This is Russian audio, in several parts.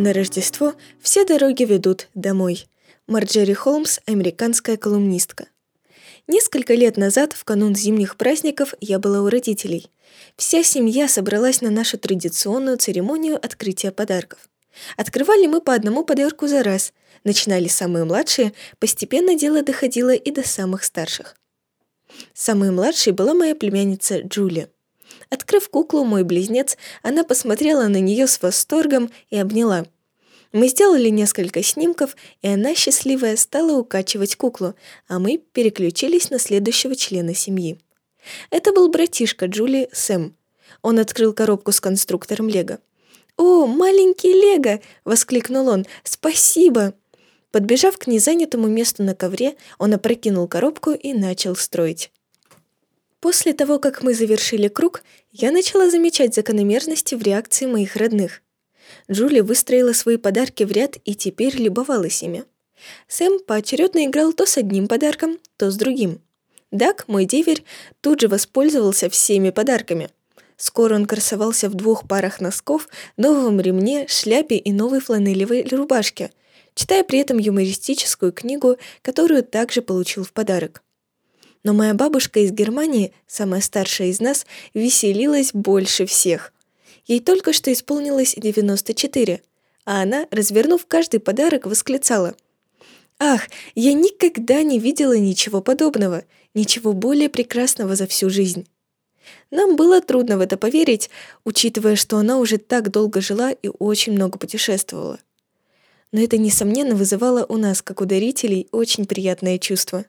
На Рождество все дороги ведут домой. Марджери Холмс, американская колумнистка. Несколько лет назад, в канун зимних праздников, я была у родителей. Вся семья собралась на нашу традиционную церемонию открытия подарков. Открывали мы по одному подарку за раз. Начинали самые младшие, постепенно дело доходило и до самых старших. Самой младшей была моя племянница Джулия. Открыв куклу, мой близнец, она посмотрела на нее с восторгом и обняла. Мы сделали несколько снимков, и она, счастливая, стала укачивать куклу, а мы переключились на следующего члена семьи. Это был братишка Джули, Сэм. Он открыл коробку с конструктором Лего. «О, маленький Лего!» — воскликнул он. «Спасибо!» Подбежав к незанятому месту на ковре, он опрокинул коробку и начал строить. После того, как мы завершили круг, я начала замечать закономерности в реакции моих родных. Джули выстроила свои подарки в ряд и теперь любовалась ими. Сэм поочередно играл то с одним подарком, то с другим. Даг, мой деверь, тут же воспользовался всеми подарками. Скоро он красовался в 2 парах носков, новом ремне, шляпе и новой фланелевой рубашке, читая при этом юмористическую книгу, которую также получил в подарок. Но моя бабушка из Германии, самая старшая из нас, веселилась больше всех. Ей только что исполнилось 94, а она, развернув каждый подарок, восклицала: «Ах, я никогда не видела ничего подобного, ничего более прекрасного за всю жизнь». Нам было трудно в это поверить, учитывая, что она уже так долго жила и очень много путешествовала. Но это, несомненно, вызывало у нас, как у дарителей, очень приятное чувство.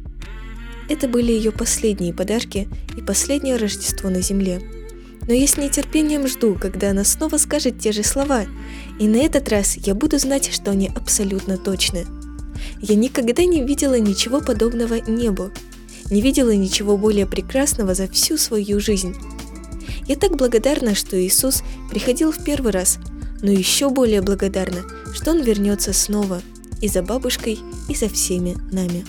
Это были ее последние подарки и последнее Рождество на земле. Но я с нетерпением жду, когда она снова скажет те же слова, и на этот раз я буду знать, что они абсолютно точны. Я никогда не видела ничего подобного небу, не видела ничего более прекрасного за всю свою жизнь. Я так благодарна, что Иисус приходил в первый раз, но еще более благодарна, что Он вернется снова и за бабушкой, и за всеми нами.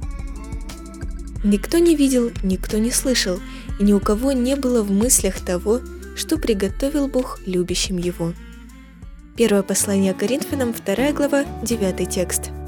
Никто не видел, никто не слышал, и ни у кого не было в мыслях того, что приготовил Бог любящим Его. Первое послание Коринфянам, 2 глава, 9 текст.